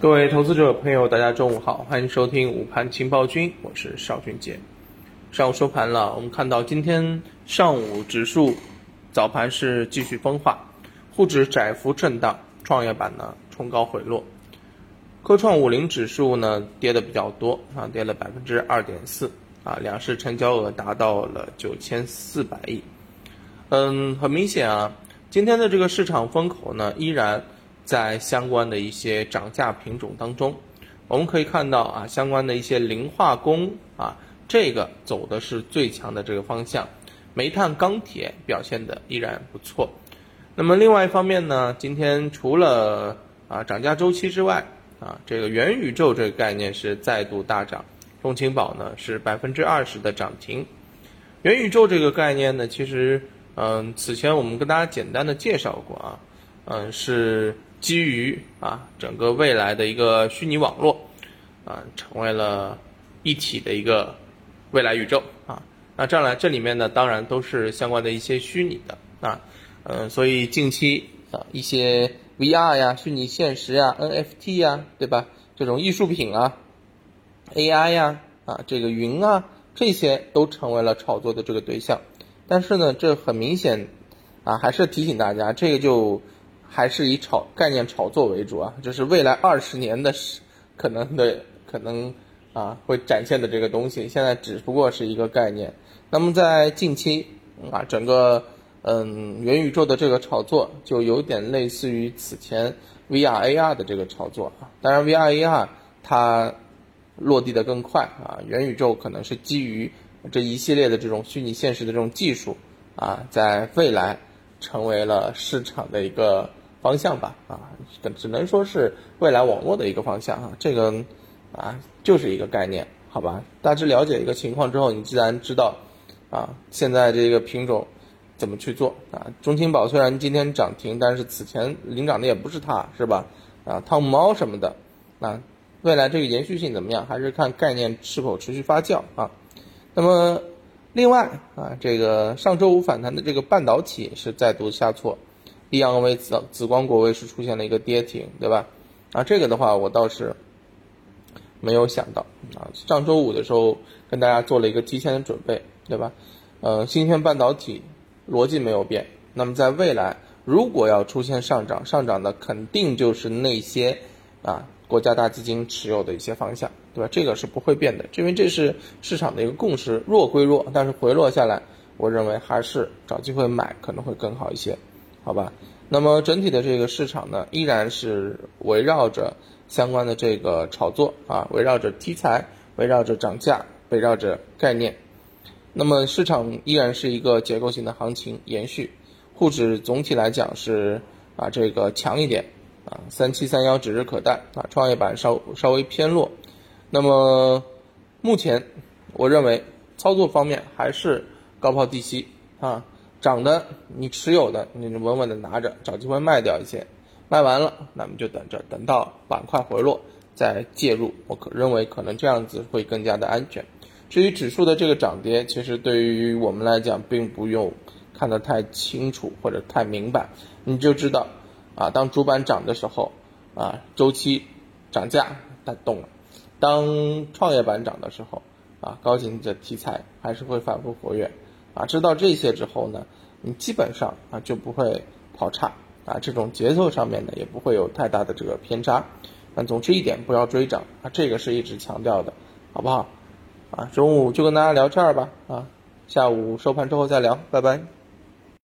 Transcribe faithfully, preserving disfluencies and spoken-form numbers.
各位投资者朋友，大家中午好，欢迎收听午盘情报君，我是邵俊杰。上午收盘了，我们看到今天上午指数早盘是继续分化，沪指窄幅震荡，创业板呢冲高回落，科创五零指数呢跌的比较多啊，跌了 百分之二点四 啊，两市成交额达到了九千四百亿。嗯，很明显啊，今天的这个市场风口呢依然在相关的一些涨价品种当中，我们可以看到啊，相关的一些磷化工啊，这个走的是最强的这个方向，煤炭、钢铁表现的依然不错。那么另外一方面呢，今天除了啊涨价周期之外啊，这个元宇宙这个概念是再度大涨，中青宝呢是 百分之二十 的涨停。元宇宙这个概念呢，其实嗯，此前我们跟大家简单的介绍过啊，嗯，是基于啊整个未来的一个虚拟网络啊，成为了一体的一个未来宇宙啊。那这样来，这里面呢，当然都是相关的一些虚拟的啊，嗯，所以近期啊一些 V R 呀、虚拟现实呀、N F T 呀，对吧？这种艺术品啊、A I 呀、啊这个云啊，这些都成为了炒作的这个对象。但是呢，这很明显啊，还是提醒大家，这个就还是以炒概念炒作为主啊，这是未来二十年的可能的可能啊会展现的这个东西，现在只不过是一个概念。那么在近期啊，整个嗯元宇宙的这个炒作就有点类似于此前 V R A R 的这个炒作啊，当然 V R A R 它落地的更快啊，元宇宙可能是基于这一系列的这种虚拟现实的这种技术啊，在未来成为了市场的一个方向吧啊，只能说是未来网络的一个方向啊，这个啊就是一个概念，好吧？大致了解一个情况之后，你自然知道啊，现在这个品种怎么去做啊。中青宝虽然今天涨停，但是此前领涨的也不是它，是吧？啊，汤姆猫什么的啊，未来这个延续性怎么样，还是看概念是否持续发酵啊。那么另外啊，这个上周五反弹的这个半导体是再度下挫，力昂微、紫紫光国威是出现了一个跌停，对吧？啊，这个的话我倒是没有想到啊，上周五的时候跟大家做了一个提前的准备，对吧？呃，芯片半导体逻辑没有变，那么在未来如果要出现上涨，上涨的肯定就是那些啊国家大基金持有的一些方向，对吧？这个是不会变的，因为这是市场的一个共识，弱归弱，但是回落下来，我认为还是找机会买可能会更好一些，好吧？那么整体的这个市场呢，依然是围绕着相关的这个炒作啊，围绕着题材，围绕着涨价，围绕着概念。那么市场依然是一个结构性的行情延续，沪指总体来讲是啊这个强一点啊，三七三幺指日可待啊，创业板稍稍微偏弱。那么目前我认为操作方面还是高抛低吸啊，涨的你持有的你稳稳的拿着，找机会卖掉一些，卖完了那么就等着等到板块回落再介入，我可认为可能这样子会更加的安全。至于指数的这个涨跌，其实对于我们来讲并不用看得太清楚或者太明白，你就知道啊，当主板涨的时候啊，周期涨价它动了，当创业板涨的时候啊，高景的题材还是会反复活跃啊，知道这些之后呢，你基本上啊就不会跑差啊，这种节奏上面呢也不会有太大的这个偏差。但总之一点，不要追涨啊，这个是一直强调的，好不好？啊，中午就跟大家聊这儿吧啊，下午收盘之后再聊，拜拜。